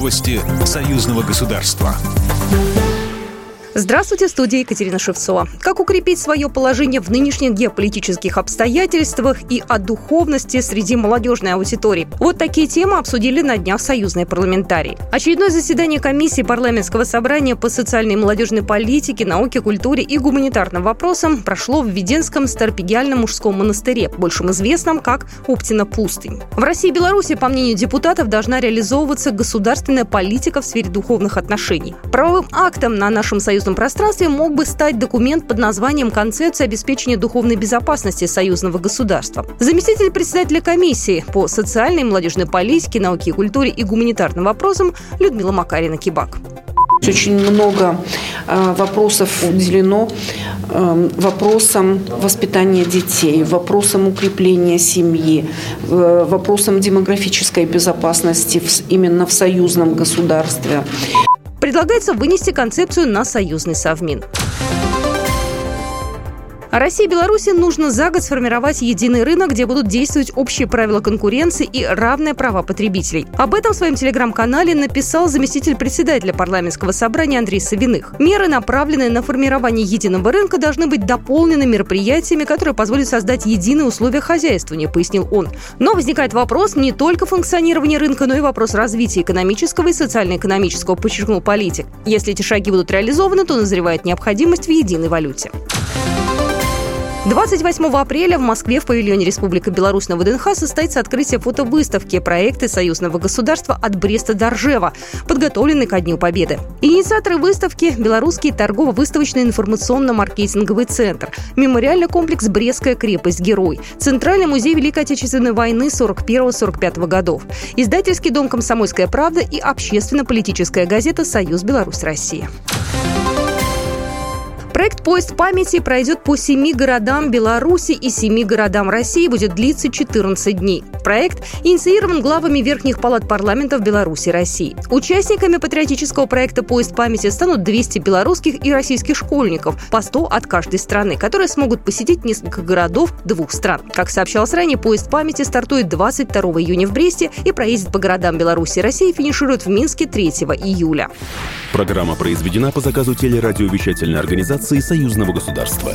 Новости союзного государства. Здравствуйте, в студии Екатерина Шевцова. Как укрепить свое положение в нынешних геополитических обстоятельствах и о духовности среди молодежной аудитории? Вот такие темы обсудили на днях союзные парламентарии. Очередное заседание комиссии парламентского собрания по социальной и молодежной политике, науке, культуре и гуманитарным вопросам прошло в Введенском Старопегиальном мужском монастыре, большем известном как Оптина пустынь. В России и Беларуси, по мнению депутатов, должна реализовываться государственная политика в сфере духовных отношений. Правовым актом на нашем союзном пространстве мог бы стать документ под названием «Концепция обеспечения духовной безопасности союзного государства». Заместитель председателя комиссии по социальной и молодежной политике, науке и культуре и гуманитарным вопросам Людмила Макарина-Кибак. Очень много вопросов уделено вопросам воспитания детей, вопросам укрепления семьи, вопросам демографической безопасности именно в союзном государстве. Предлагается вынести концепцию на союзный Совмин. России и Беларуси нужно за год сформировать единый рынок, где будут действовать общие правила конкуренции и равные права потребителей. Об этом в своем телеграм-канале написал заместитель председателя парламентского собрания Андрей Савиных. Меры, направленные на формирование единого рынка, должны быть дополнены мероприятиями, которые позволят создать единые условия хозяйствования, пояснил он. Но возникает вопрос не только функционирования рынка, но и вопрос развития экономического и социально-экономического, подчеркнул политик. Если эти шаги будут реализованы, то назревает необходимость в единой валюте. 28 апреля в Москве в павильоне Республика Беларусь на ВДНХ состоится открытие фотовыставки «Проекты союзного государства от Бреста до Ржева», подготовленной ко Дню Победы. Инициаторы выставки – Белорусский торгово-выставочный информационно-маркетинговый центр, мемориальный комплекс «Брестская крепость-Герой», Центральный музей Великой Отечественной войны 41-45 годов, издательский дом «Комсомольская правда» и общественно-политическая газета «Союз Беларусь-Россия». Проект «Поезд памяти» пройдет по 7 городам Беларуси и 7 городам России, будет длиться 14 дней. Проект инициирован главами верхних палат парламентов Беларуси и России. Участниками патриотического проекта «Поезд памяти» станут 200 белорусских и российских школьников, по 100 от каждой страны, которые смогут посетить несколько городов двух стран. Как сообщалось ранее, «Поезд памяти» стартует 22 июня в Бресте и проездит по городам Беларуси и России, финиширует в Минске 3 июля. Программа произведена по заказу телерадиовещательной организации Союзного государства.